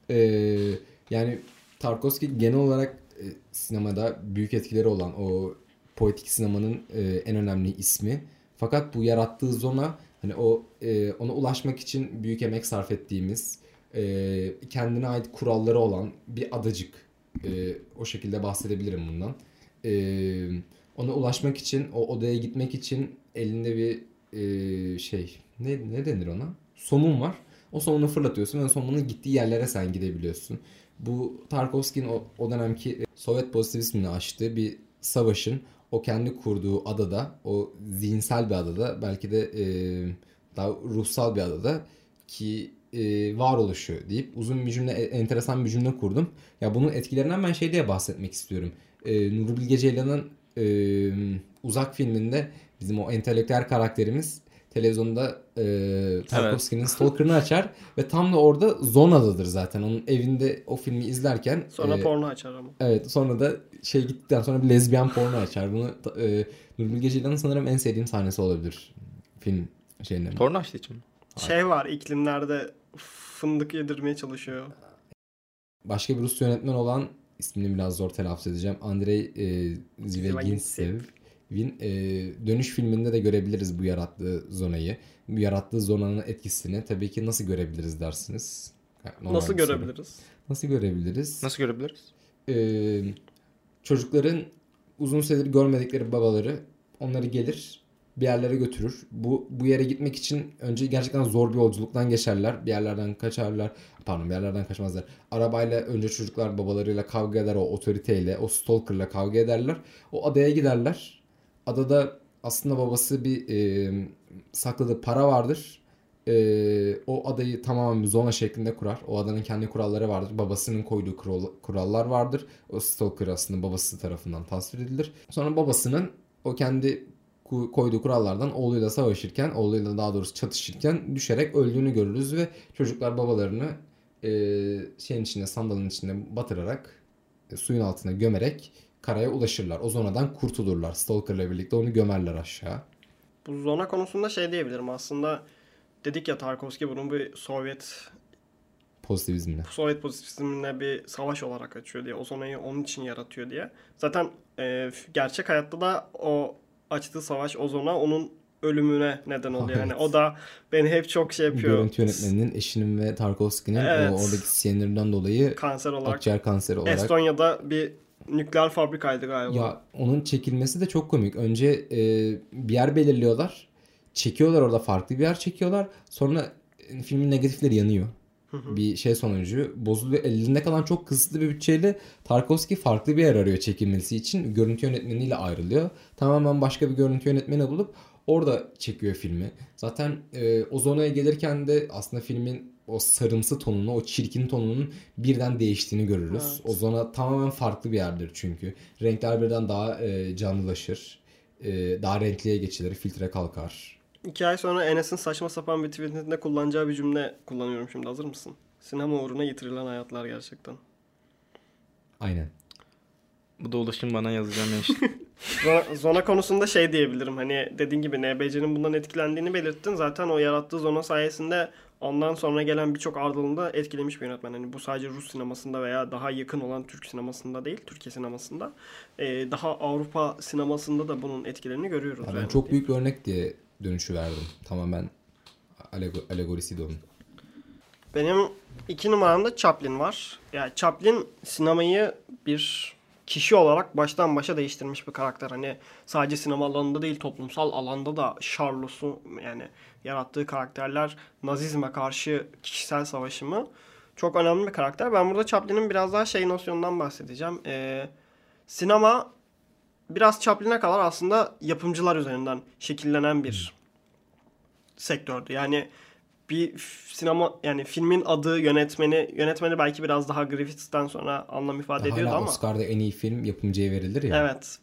Yani Tarkovski genel olarak sinemada büyük etkileri olan o poetik sinemanın en önemli ismi. Fakat bu yarattığı Zona, hani ona ulaşmak için büyük emek sarf ettiğimiz, kendine ait kuralları olan bir adacık. O şekilde bahsedebilirim bundan. Ona ulaşmak için, o odaya gitmek için elinde bir ne denir ona? Somun var. O somunu fırlatıyorsun ve somunun gittiği yerlere sen gidebiliyorsun. Bu Tarkovski'nin o dönemki Sovyet pozitivizmini aştığı bir savaşın o kendi kurduğu adada, o zihinsel bir adada, belki de daha ruhsal bir adada ki varoluşu deyip uzun bir cümle, enteresan bir cümle kurdum. Ya bunun etkilerinden ben diye bahsetmek istiyorum. Nuri Bilge Ceylan'ın Uzak filminde bizim o entelektüel karakterimiz televizyonda Tarkovski'nin Stalker'ını açar ve tam da orada Zona'dadır zaten. Onun evinde o filmi izlerken. Sonra porno açar ama. Evet, sonra da gittikten sonra bir lezbiyen porno açar. Bunu Nuri Bilge Ceylan'ın sanırım en sevdiğim sahnesi olabilir film şeyinden. Porno açtığı için mi? Şey var, iklimlerde fındık yedirmeye çalışıyor. Başka bir Rus yönetmen olan, ismini biraz zor telaffuz edeceğim, Andrei Zvyagintsev'in Dönüş filminde de görebiliriz bu yarattığı zonayı. Bu yarattığı zonanın etkisini tabii ki nasıl görebiliriz dersiniz? Nasıl görebiliriz? Nasıl görebiliriz? Nasıl görebiliriz? Çocukların uzun süredir görmedikleri babaları onları gelir bir yerlere götürür. Bu yere gitmek için önce gerçekten zor bir yolculuktan geçerler. Bir yerlerden kaçarlar. Pardon, bir yerlerden kaçmazlar. Arabayla önce çocuklar babalarıyla kavga eder, o otoriteyle, o stalker'la kavga ederler. O adaya giderler. Adada aslında babası bir sakladığı para vardır. O adayı tamamen bir zona şeklinde kurar. O adanın kendi kuralları vardır. Babasının koyduğu kurallar vardır. O stalker aslında babası tarafından tasvir edilir. Sonra babasının o kendi koyduğu kurallardan oğluyla savaşırken, oğluyla daha doğrusu çatışırken düşerek öldüğünü görürüz ve çocuklar babalarını sandalın içine batırarak suyun altına gömerek karaya ulaşırlar. O zonadan kurtulurlar. Stalker'la birlikte onu gömerler aşağı. Bu zona konusunda şey diyebilirim aslında, dedik ya Tarkovski bunun bir Sovyet pozitivizmle. Sovyet pozitivizmine bir savaş olarak açıyor diye. Ozona'yı onun için yaratıyor diye. Zaten gerçek hayatta da o açtığı savaş Ozon'a onun ölümüne neden oluyor. Evet. Yani o da beni hep çok şey yapıyor. Görüntü yönetmeninin, eşinin ve Tarkovski'nin Evet. oradaki siyanürden dolayı Kanser olarak. akciğer kanseri olarak. Estonya'da bir nükleer fabrikaydı galiba. Ya onun çekilmesi de çok komik. Önce bir yer belirliyorlar. Çekiyorlar, orada farklı bir yer çekiyorlar. Sonra filmin negatifleri yanıyor. Bir şey sonucu bozuluyor. Elinde kalan çok kısıtlı bir bütçeyle Tarkovski farklı bir yer arıyor çekilmesi için. Görüntü yönetmeniyle ayrılıyor. Tamamen başka bir görüntü yönetmeni bulup orada çekiyor filmi. Zaten o zonaya gelirken de aslında filmin o sarımsı tonunu, o çirkin tonunun birden değiştiğini görürüz. Evet. O zona tamamen farklı bir yerdir çünkü. Renkler birden daha canlılaşır. Daha renkliye geçilir, filtre kalkar. 2 ay sonra Enes'in saçma sapan bir tweetinde kullanacağı bir cümle kullanıyorum şimdi. Hazır mısın? Sinema uğruna yitirilen hayatlar gerçekten. Aynen. Bu da ulaşım bana yazacağım işte. Zona konusunda şey diyebilirim. Hani dediğin gibi NBC'nin bundan etkilendiğini belirttin. Zaten o yarattığı zona sayesinde ondan sonra gelen birçok ardılını da etkilemiş bir yönetmen. Hani bu sadece Rus sinemasında veya daha yakın olan Türk sinemasında değil, Türkiye sinemasında. Daha Avrupa sinemasında da bunun etkilerini görüyoruz. Ya ben yani. çok büyük bir örnek diye dönüşü verdim. Tamamen alegorisi de onun. Benim 2 numaramda Chaplin var. Yani Chaplin sinemayı bir kişi olarak baştan başa değiştirmiş bir karakter. Hani sadece sinema alanında değil, toplumsal alanda da Charlot'u, yani yarattığı karakterler, Nazizme karşı kişisel savaşımı çok önemli bir karakter. Ben burada Chaplin'in biraz daha şey nosyonundan bahsedeceğim. Sinema biraz Chaplin'e kadar aslında yapımcılar üzerinden şekillenen bir sektördü. Yani bir sinema, yani filmin adı, yönetmeni belki biraz daha Griffiths'ten sonra anlam ifade ediyordu Hala ama Oscar'da en iyi film yapımcıya verilir ya. evet,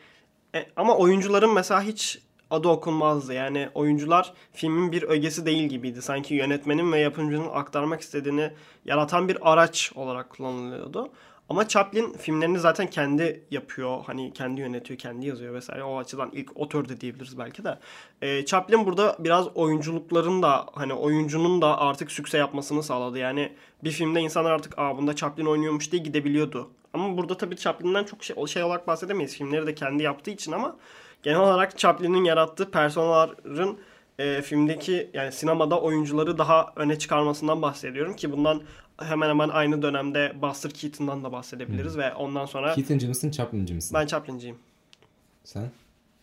ama oyuncuların mesela hiç adı okunmazdı. Yani oyuncular filmin bir ögesi değil gibiydi. Sanki yönetmenin ve yapımcının aktarmak istediğini yaratan bir araç olarak kullanılıyordu. Ama Chaplin filmlerini zaten kendi yapıyor. Hani kendi yönetiyor, kendi yazıyor vesaire. O açıdan ilk otör de diyebiliriz belki de. Chaplin burada biraz oyunculukların da, hani oyuncunun da artık sükse yapmasını sağladı. Yani bir filmde insanlar artık bunda Chaplin oynuyormuş diye gidebiliyordu. Ama burada tabii Chaplin'den çok şey olarak bahsedemeyiz. Filmleri de kendi yaptığı için ama genel olarak Chaplin'in yarattığı personellerin filmdeki, yani sinemada oyuncuları daha öne çıkarmasından bahsediyorum ki bundan hemen hemen aynı dönemde Buster Keaton'dan da bahsedebiliriz ve ondan sonra Keaton'cı mısın, Chaplin'cı mısın? ben Chaplin'ciyim. Sen?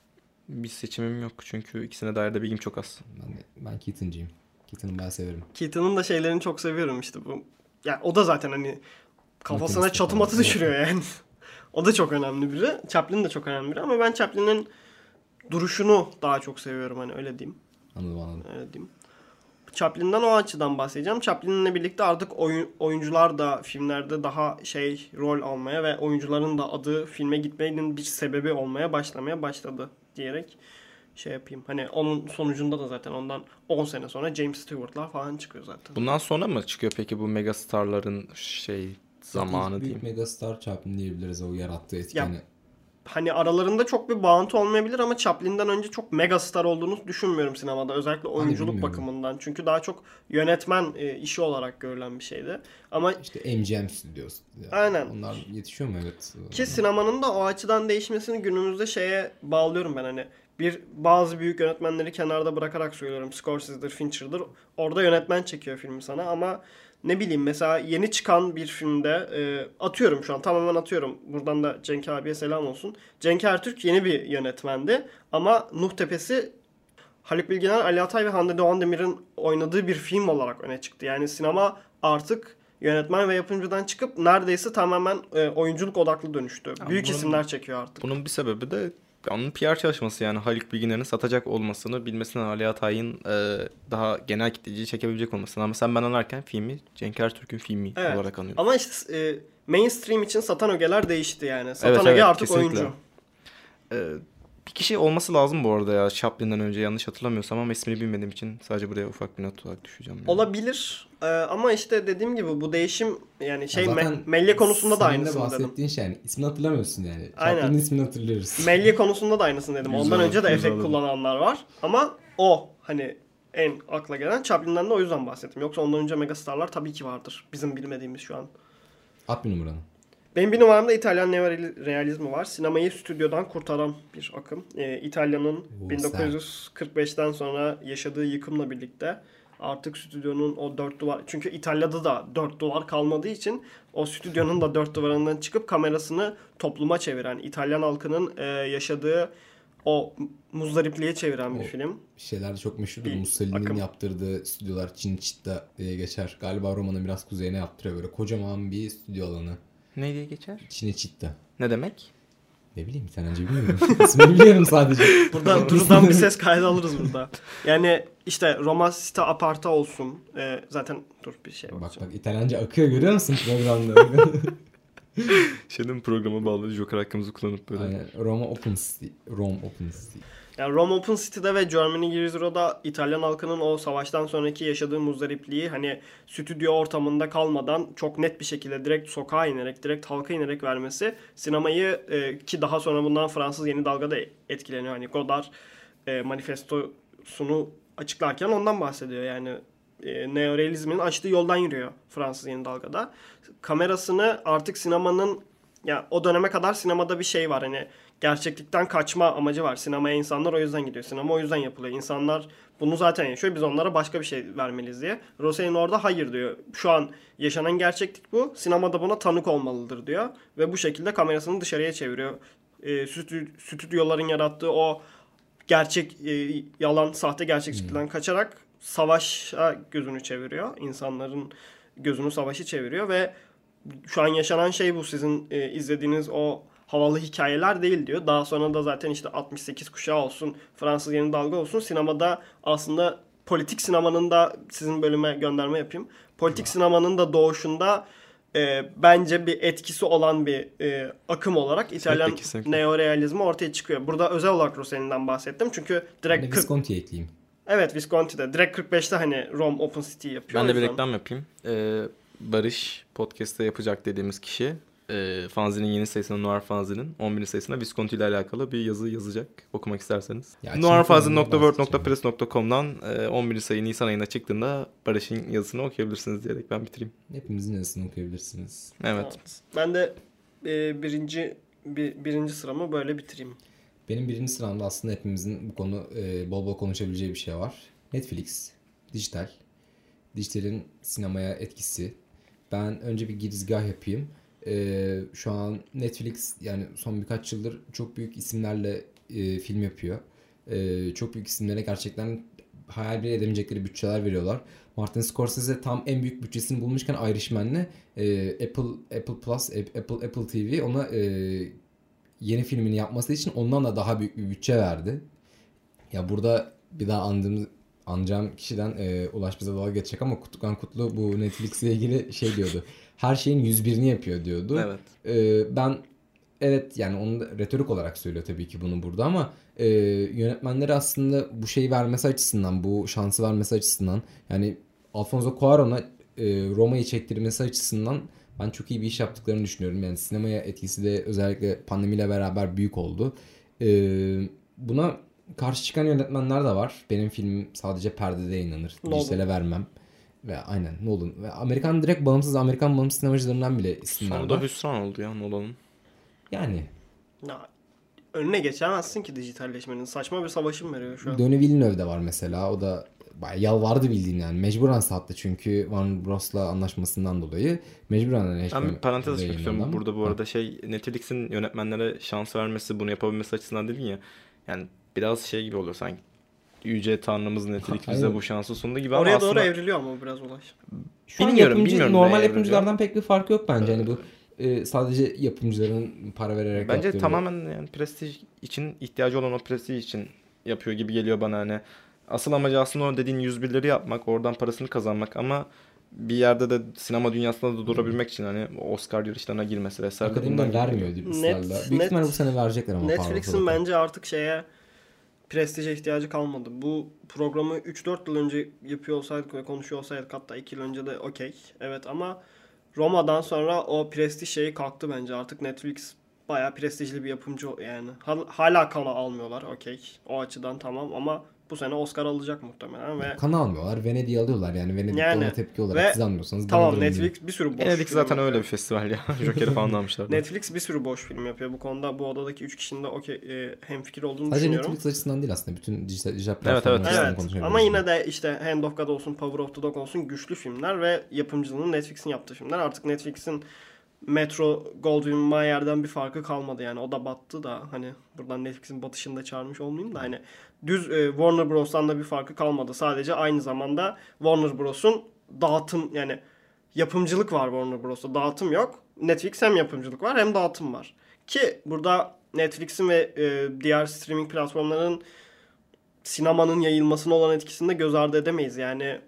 Bir seçimim yok çünkü ikisine dair de bilgim çok az. Ben Keaton'cıyım. Keaton'u ben severim. Keaton'un da şeylerini çok seviyorum işte bu. Yani o da zaten hani kafasına Makinesi çatı falan. matı düşürüyor yani. O da çok önemli biri. Chaplin de çok önemli biri ama ben Chaplin'in duruşunu daha çok seviyorum, hani öyle diyeyim. Anladım. Öyle diyeyim. Chaplin'den o açıdan bahsedeceğim. Chaplin'le birlikte artık oyuncular da filmlerde daha rol almaya ve oyuncuların da adı filme gitmenin bir sebebi olmaya başladı diyerek yapayım. Hani onun sonucunda da zaten ondan 10 sene sonra James Stewart'lar falan çıkıyor zaten. Bundan sonra mı çıkıyor peki bu megastarların zamanı İlk diyeyim? büyük megastar Chaplin diyebiliriz, o yarattığı etki. Ya, hani aralarında çok bir bağıntı olmayabilir ama Chaplin'den önce çok megastar olduğunu düşünmüyorum sinemada. Özellikle oyunculuk bilmiyorum. bakımından. Çünkü daha çok yönetmen işi olarak görülen bir şeydi. Ama İşte MGM Studios. Aynen. Onlar yetişiyor mu? Evet. ki sinemanın da o açıdan değişmesini günümüzde bağlıyorum ben, hani bazı büyük yönetmenleri kenarda bırakarak söylüyorum. Scorsese'dir, Fincher'dır. Orada yönetmen çekiyor filmi sana ama ne bileyim, mesela yeni çıkan bir filmde atıyorum, şu an tamamen atıyorum. Buradan da Cenk abiye selam olsun. Cenk Ertürk yeni bir yönetmendi ama Nuh Tepesi Haluk Bilginer, Ali Atay ve Hande Doğan Demir'in oynadığı bir film olarak öne çıktı. Yani sinema artık yönetmen ve yapımcıdan çıkıp neredeyse tamamen oyunculuk odaklı dönüştü. Büyük isimler çekiyor artık. Bunun bir sebebi de onun PR çalışması, yani Haluk Bilginer'in satacak olmasını bilmesinden, Ali Atay'ın daha genel kitleciyi çekebilecek olmasından. Ama sen ben anlarken filmi Cenk Ertürk'ün filmi olarak anıyorum. Ama işte mainstream için satan ögeler değişti yani. Satan Evet, öge artık kesinlikle. oyuncu. Bir kişi olması lazım bu arada ya, Chaplin'den önce, yanlış hatırlamıyorsam, ama ismini bilmediğim için sadece buraya ufak bir not olarak düşeceğim. Yani. Olabilir ama işte dediğim gibi bu değişim, yani Zaten Melye konusunda da senin de aynısını dedim. bahsettiğin şey, yani ismini hatırlamıyorsun yani. Aynen. Chaplin'in ismini hatırlıyoruz. Melye konusunda da aynısını dedim. Ondan önce de efekt güzel. kullananlar var ama o hani en akla gelen. Chaplin'den de o yüzden bahsettim. Yoksa ondan önce megastarlar tabii ki vardır. Bizim bilmediğimiz şu an. At bir numaranı. Benim bir numaramda İtalyan neorealizmi var. Sinemayı stüdyodan kurtaran bir akım. İtalya'nın 1945'ten sonra yaşadığı yıkımla birlikte artık stüdyonun o dört duvar... Çünkü İtalya'da da dört duvar kalmadığı için o stüdyonun da dört duvarından çıkıp kamerasını topluma çeviren, İtalyan halkının yaşadığı o muzdaripliğe çeviren bir film. Şeyler de çok meşhurdur. Bir Mussolini'nin akım. yaptırdığı stüdyolar Cinecittà diye geçer. Galiba Roma'nın biraz kuzeyine yaptırıyor böyle. Kocaman bir stüdyo alanı. Ne diye geçer? Cinecittà. Ne demek? Ne bileyim İtalyanca bilmiyorum. İsmini biliyorum sadece. Burada Duru'dan bir ses kaydı alırız burada. Yani işte Roma Sita Aparta olsun. Zaten dur bir şey Bak bakacağım. bak İtalyanca akıyor görüyor musun programda? Şeyden programa bağlı Joker hakkımızı kullanıp böyle. Aynen. Roma Open City. Rome Open City. Yani Rome Open City'de ve Germany Year Zero'da İtalyan halkının o savaştan sonraki yaşadığı muzdaripliği hani stüdyo ortamında kalmadan çok net bir şekilde direkt sokağa inerek, direkt halka inerek vermesi sinemayı ki daha sonra bundan Fransız yeni dalga da etkileniyor. Hani Godard manifestosunu açıklarken ondan bahsediyor. Yani neorealizmin açtığı yoldan yürüyor Fransız yeni dalgada. Kamerasını artık sinemanın ya o döneme kadar sinemada bir şey var hani gerçeklikten kaçma amacı var. Sinemaya insanlar o yüzden gidiyor. Sinema o yüzden yapılıyor. İnsanlar bunu zaten yaşıyor. Biz onlara başka bir şey vermeliyiz diye. Rossellini orada hayır diyor. Şu an yaşanan gerçeklik bu. Sinemada buna tanık olmalıdır diyor. Ve bu şekilde kamerasını dışarıya çeviriyor. Stüdyoların yarattığı o gerçek yalan, sahte gerçekçilikten kaçarak savaşa gözünü çeviriyor. İnsanların gözünü savaşı çeviriyor ve şu an yaşanan şey bu. Sizin izlediğiniz o havalı hikayeler değil diyor. Daha sonra da zaten işte 68 kuşağı olsun, Fransız yeni dalga olsun. Sinemada aslında politik sinemanın da sizin bölüme gönderme yapayım. Politik sinemanın da doğuşunda bence bir etkisi olan bir akım olarak İtalyan kesinlikle. neorealizmi ortaya çıkıyor. Burada özel olarak Rossellini'den bahsettim. Çünkü direkt Ben de Visconti'yi ekleyeyim. Evet, Visconti'de. Direkt 45'te hani Rome Open City yapıyor. Ben de O bir yüzden. reklam yapayım. Barış podcast'te yapacak dediğimiz kişi fanzinin yeni sayısına Noir fanzinin 11. sayısına Visconti ile alakalı bir yazı yazacak. Okumak isterseniz. Ya, noirfanzin.word.press.com'dan 11. sayı Nisan ayına çıktığında Barış'ın yazısını okuyabilirsiniz diyerek ben bitireyim. Hepimizin yazısını okuyabilirsiniz. Evet. Ben de birinci sıramı böyle bitireyim. Benim birinci sıramda aslında hepimizin bu konu bol bol konuşabileceği bir şey var. Netflix, dijital. Dijitalin sinemaya etkisi. Ben önce bir girizgah yapayım. Şu an Netflix yani son birkaç yıldır çok büyük isimlerle film yapıyor. Çok büyük isimlere gerçekten hayal bile edemeyecekleri bütçeler veriyorlar. Martin Scorsese tam en büyük bütçesini bulmuşken Irishman'le Apple TV ona yeni filmini yapması için ondan da daha büyük bir bütçe verdi. Ya burada bir daha anacağım kişiden Ulaş bize dalga geçecek ama Kutlukan Kutlu bu Netflix'le ilgili şey diyordu. Her şeyin 101'ini yapıyor diyordu. Evet. Ben evet yani onu da retorik olarak söylüyor tabii ki bunu burada ama yönetmenleri aslında bu şeyi vermesi açısından, bu şansı vermesi açısından yani Alfonso Cuarón'a Roma'yı çektirmesi açısından ben çok iyi bir iş yaptıklarını düşünüyorum. Yani sinemaya etkisi de özellikle pandemiyle beraber büyük oldu. Buna karşı çıkan yönetmenler de var. Benim filmim sadece perdede yayınlanır. Dijitale vermem. Ve aynen Nolan. Ve Amerikan bağımsız sinemacılarından bile isimler var. Sonunda hüsran oldu ya Nolan'ın. Yani. Ya, önüne geçemezsin ki dijitalleşmenin. Saçma bir savaşım veriyor şu an. Denis Villeneuve de var mesela. O da bayağı yalvardı bildiğin yani. Mecburen sattı çünkü Warner Bros'la anlaşmasından dolayı. Mecburen hani Ben bir parantez açmak istiyorum. yayınlandı. Burada bu arada Netflix'in yönetmenlere şans vermesi, bunu yapabilmesi açısından dedin ya. Yani biraz şey gibi oluyor sanki. Yüce Tanrımız Netflix bize bu şansı sundu gibi ama Oraya aslında... doğru evriliyor ama biraz Ulaş. Şu an Bilmiyorum normal neye yapımcılardan pek bir farkı yok bence. Yani bu sadece yapımcıların para vererek Bence yaptığı tamamen yani prestij için, ihtiyacı olan o prestij için yapıyor gibi geliyor bana hani. Asıl amacı aslında o dediğin 101'leri yapmak, oradan parasını kazanmak ama bir yerde de sinema dünyasında da durabilmek için hani Oscar yarışlarına girmesi vesaire. Akademiden vermiyor ısrarla. Büyük ihtimalle bu sene verecekler ama. Netflix'in bence artık prestije ihtiyacı kalmadı. Bu programı 3-4 yıl önce yapıyor olsaydık ve konuşuyor olsaydık hatta 2 yıl önce de okey. Evet ama Roma'dan sonra o prestij şeyi kalktı bence. Artık Netflix bayağı prestijli bir yapımcı yani. Hala kana almıyorlar okey. O açıdan tamam ama bu sene Oscar alacak muhtemelen ve Kan almıyorlar. Venedik'i alıyorlar yani. Venedik'te Yani, ona tepki olarak ve siz almıyorsanız ben tamam alırım diyor. Netflix bir sürü boş Venedik film zaten öyle yapıyor. bir festival ya. Joker'i falan da almışlar. Netflix bir sürü boş film yapıyor. Bu konuda bu odadaki 3 kişinin de hemfikir olduğunu Sadece düşünüyorum. Netflix açısından değil aslında. Bütün dijital Evet, platformlar açısından Evet konuşuyoruz. ama yine de işte Hand of God olsun, Power of the Dog olsun güçlü filmler ve yapımcılığını Netflix'in yaptığı filmler. Artık Netflix'in Metro Goldwyn Mayer'den bir farkı kalmadı yani. O da battı da hani buradan Netflix'in batışını da çağırmış olmayayım da hani düz Warner Bros'tan da bir farkı kalmadı. Sadece aynı zamanda Warner Bros'un dağıtım yani yapımcılık var Warner Bros'ta. Dağıtım yok. Netflix hem yapımcılık var hem dağıtım var. Ki burada Netflix'in ve diğer streaming platformlarının sinemanın yayılmasına olan etkisini de göz ardı edemeyiz. Yani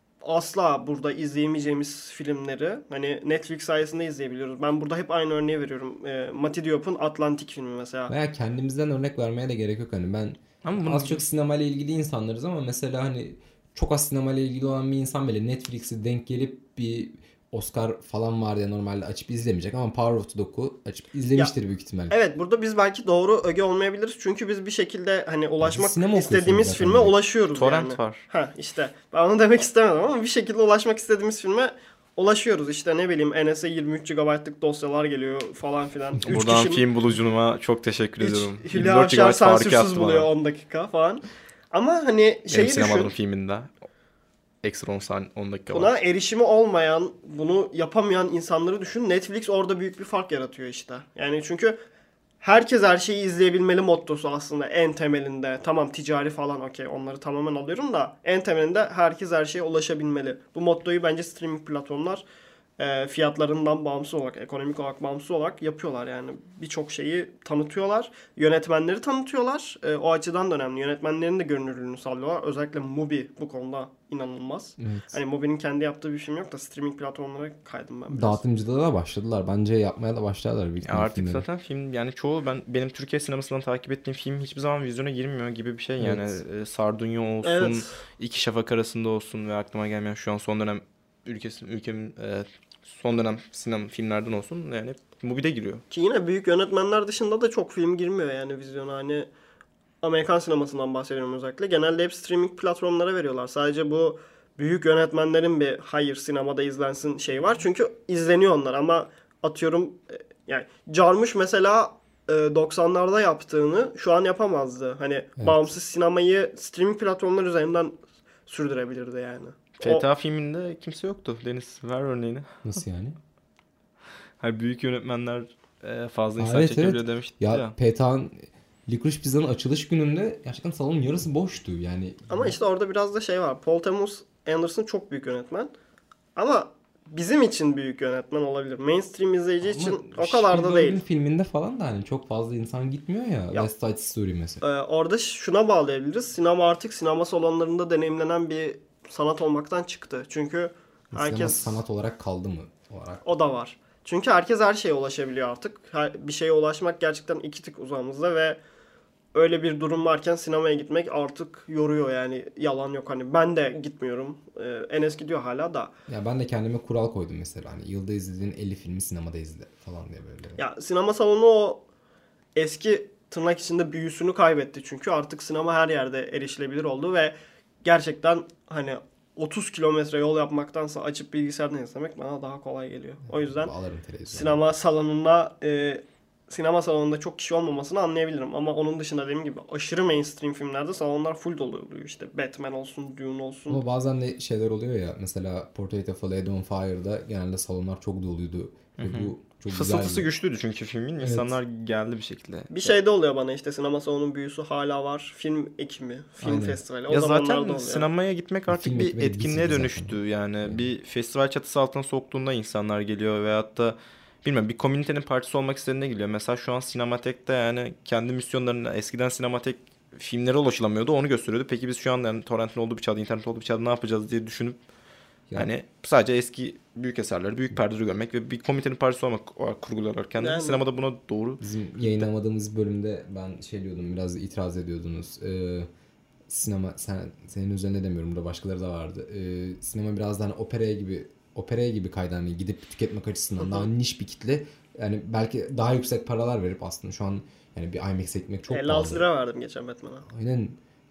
asla burada izleyemeyeceğimiz filmleri hani Netflix sayesinde izleyebiliyoruz. Ben burada hep aynı örneği veriyorum. Mati Diop'un Atlantik filmi mesela. Veya kendimizden örnek vermeye de gerek yok. Hani ben Ama bunu- az çok sinemayla ilgili insanlarız ama mesela hani çok az sinemayla ilgili olan bir insan bile Netflix'e denk gelip bir Oscar falan var ya normalde açıp izlemeyecek ama Power of the Dog'u açıp izlemiştir büyük ihtimalle. Evet burada biz belki doğru öge olmayabiliriz. Çünkü biz bir şekilde hani ulaşmak sinema istediğimiz okuyorsunuz filme zaten. ulaşıyoruz Torrent yani. var. Ha işte ben onu demek istemedim ama bir şekilde ulaşmak istediğimiz filme ulaşıyoruz. İşte ne bileyim NS'e 23 GB'lık dosyalar geliyor falan filan. Üç Buradan kişinin- film bulucuma çok teşekkür ediyorum. Hülya 24 Avşar GB farkı sansürsüz yaptı buluyor bana. 10 dakika falan. Ama hani şeyi Benim sinemaların düşün. filminde. Ekstra 10 dakika Buna var. erişimi olmayan, bunu yapamayan insanları düşün. Netflix orada büyük bir fark yaratıyor işte. Yani çünkü herkes her şeyi izleyebilmeli mottosu aslında en temelinde. Tamam ticari falan okey onları tamamen alıyorum da en temelinde herkes her şeye ulaşabilmeli. Bu mottoyu bence streaming platformlar fiyatlarından bağımsız olarak, ekonomik olarak bağımsız olarak yapıyorlar yani. Birçok şeyi tanıtıyorlar. Yönetmenleri tanıtıyorlar. O açıdan da önemli. Yönetmenlerin de görünürlüğünü sağlıyorlar. Özellikle Mubi bu konuda inanılmaz. Evet. Hani Mubi'nin kendi yaptığı bir film yok da streaming platformlara kaydım ben biraz. Dağıtımcıda da başladılar. Bence yapmaya da başlarlar büyük Ya ihtimalle artık filmleri. zaten film yani çoğu benim Türkiye sinemasından takip ettiğim film hiçbir zaman vizyona girmiyor gibi bir şey yani. Evet. Sardunya olsun, Evet. İki Şafak Arasında olsun ve aklıma gelmeyen şu an son dönem ülkemin son dönem sinema filmlerden olsun yani hep Mubi'de giriyor. Ki yine büyük yönetmenler dışında da çok film girmiyor yani vizyona. Hani Amerikan sinemasından bahsediyorum özellikle. Genelde hep streaming platformlara veriyorlar. Sadece bu büyük yönetmenlerin bir hayır sinemada izlensin şeyi var. Çünkü izleniyor onlar ama atıyorum yani Jarmusch mesela 90'larda yaptığını şu an yapamazdı. Hani bağımsız sinemayı streaming platformlar üzerinden sürdürebilirdi yani. GTA filminde kimse yoktu. Deniz ver örneğini. Nasıl yani? Hani büyük yönetmenler fazla insan Evet, çekebiliyor evet. demişti Ya ya. PTA'nın Licorice Pizza'nın açılış gününde gerçekten salonun yarısı boştu. Yani Ama işte orada biraz da şey var. Paul Thomas Anderson çok büyük yönetmen. Ama bizim için büyük yönetmen olabilir. Mainstream izleyici için o kadar da Spielberg'in değil. filminde falan da hani çok fazla insan gitmiyor ya. West Side Story mesela. Orada şuna bağlayabiliriz. Sinema artık sinema salonlarında deneyimlenen bir sanat olmaktan çıktı. Çünkü Sinema herkes sanat olarak kaldı mı? Olarak. o da var. Çünkü herkes her şeye ulaşabiliyor artık. Bir şeye ulaşmak gerçekten iki tık uzağımızda ve öyle bir durum varken sinemaya gitmek artık yoruyor yani yalan yok hani ben de gitmiyorum. Enes gidiyor hala da. Ya ben de kendime kural koydum mesela. Hani yılda izlediğin 50 filmi sinemada izle falan diye böyle. Ya sinema salonu o eski tırnak içinde büyüsünü kaybetti çünkü artık sinema her yerde erişilebilir oldu ve gerçekten hani 30 kilometre yol yapmaktansa açıp bilgisayardan izlemek bana daha kolay geliyor. O yüzden Alırım televizyonu. sinema salonunda çok kişi olmamasını anlayabilirim. Ama onun dışında dediğim gibi aşırı mainstream filmlerde salonlar full dolu oluyor. İşte Batman olsun, Dune olsun. Ama bazen de şeyler oluyor ya. Mesela Portrait of a Lady on Fire'da genelde salonlar çok doluydu. Ve bu çok Fısıltısı güzeldi. güçlüydü çünkü filmin. Evet. İnsanlar geldi bir şekilde. Bir şey de oluyor bana işte sinema salonunun büyüsü hala var. Film ekimi, film Aynen. festivali. O Ya zamanlarda zaten oluyor. sinemaya gitmek artık Film bir ekmeği etkinliğe bitirdi dönüştü. zaten. Yani bir festival çatısı altına soktuğunda insanlar geliyor veyahut da bilmiyorum bir komünitenin parçası olmak istediğine geliyor. Mesela şu an Sinematek'te yani kendi misyonlarını eskiden Sinematek filmlere ulaşılamıyordu onu gösteriyordu. Peki biz şu an yani torrentin olduğu bir çağda, internet olduğu bir çağda ne yapacağız diye düşünüp yani sadece eski büyük eserleri büyük perdede görmek ve bir komitenin parçası olmak olarak kurgularlar kendini. Yani- Sinemada buna doğru. Bizim yayınlamadığımız bölümde ben şey diyordum, biraz itiraz ediyordunuz. Sinema, senin üzerine demiyorum da başkaları da vardı. Sinema biraz daha hani operaya gibi kaydı, hani gidip tüketmek açısından daha niş bir kitle. Yani belki daha yüksek paralar verip aslında şu an yani bir IMAX'e gitmek çok 56 pahalı. lira verdim geçen Batman'a. Aynen.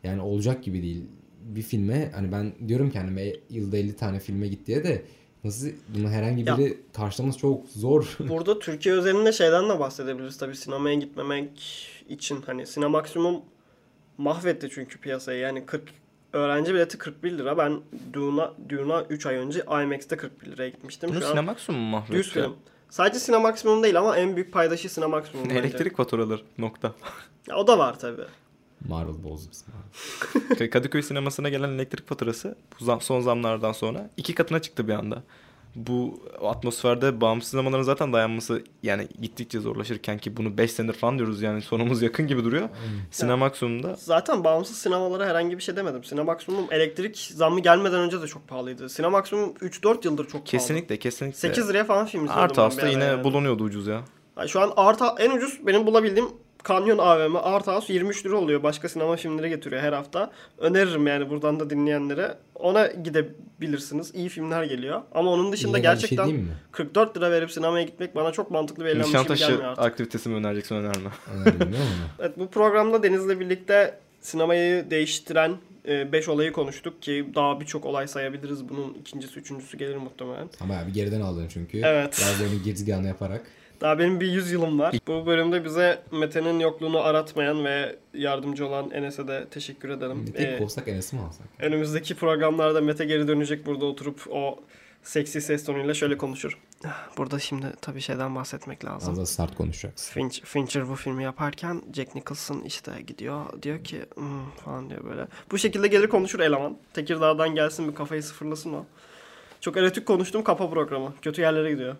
Yani olacak gibi değil. Bir filme hani ben diyorum kendime yılda 50 tane filme git diye de nasıl bunu herhangi Ya. biri karşılaması çok zor. Burada Türkiye özelinde şeyden de bahsedebiliriz tabii sinemaya gitmemek için. Hani Sinemaksimum mahvetti çünkü piyasayı. Yani 40 öğrenci bileti 41 lira. Ben Dune'a 3 ay önce IMAX'te 41 liraya gitmiştim. Bunu Şu an Sinemaksimum mu mahvetti? düz film. Sadece Sinemaksimum değil ama en büyük paydaşı Sinemaksimum bence. Elektrik faturaları nokta. Ya o da var tabii. Marvel bozdu bizim. Kadıköy sinemasına gelen elektrik faturası bu son zamlardan sonra 2 katına çıktı bir anda. Bu atmosferde bağımsız sinemaların zaten dayanması yani gittikçe zorlaşırken ki bunu 5 senedir falan diyoruz yani sonumuz yakın gibi duruyor. Sinemaksimum'da Zaten bağımsız sinemalara herhangi bir şey demedim. Sinemaksimum elektrik zammı gelmeden önce de çok pahalıydı. Sinemaksimum 3-4 yıldır çok pahalı. kesinlikle 8 liraya falan film izliyordum Art ben House'da bir ara yine yani. bulunuyordu ucuz ya. Yani şu an en ucuz benim bulabildiğim Kanyon AVM Art House 23 lira oluyor. Başka sinema filmleri getiriyor her hafta. Öneririm yani buradan da dinleyenlere. Ona gidebilirsiniz. İyi filmler geliyor. Ama onun dışında İllegal bir şey gerçekten değil mi? 44 lira verip sinemaya gitmek bana çok mantıklı ve eğlenmiş gibi Nişantaşı gelmiyor artık. aktivitesi mi önereceksin önerme? Önemli ama. Evet, bu programda Deniz'le birlikte sinemayı değiştiren 5 olayı konuştuk ki daha birçok olay sayabiliriz. Bunun ikincisi, üçüncüsü gelir muhtemelen. Ama bir geriden aldın çünkü. Evet. Bazılarını girizgahını yaparak. Daha benim bir 100 yılım var. Bu bölümde bize Mete'nin yokluğunu aratmayan ve yardımcı olan Enes'e de teşekkür ederim. Tek kovsak Enes'i mi alsak? Önümüzdeki programlarda Mete geri dönecek, burada oturup o seksi ses tonuyla şöyle konuşur. Burada şimdi tabii şeyden bahsetmek lazım. Az da start konuşacaksın. Fincher bu filmi yaparken Jack Nicholson işte gidiyor diyor ki falan diyor böyle. Bu şekilde gelir konuşur eleman. Tekirdağ'dan gelsin bir kafayı sıfırlasın o. Çok erotik konuştum, kapa programı. Kötü yerlere gidiyor.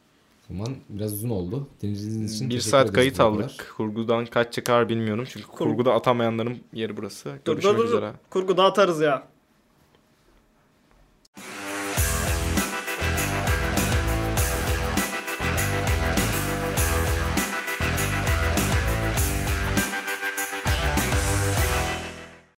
O zaman biraz uzun oldu. Dinlediğiniz için 1 teşekkür saat ederiz kayıt bu aldık. kadar. Kurgudan kaç çıkar bilmiyorum. Çünkü kurguda atamayanların yeri burası. Dur, Görüşmek dur, dur. üzere. Kurguda atarız ya.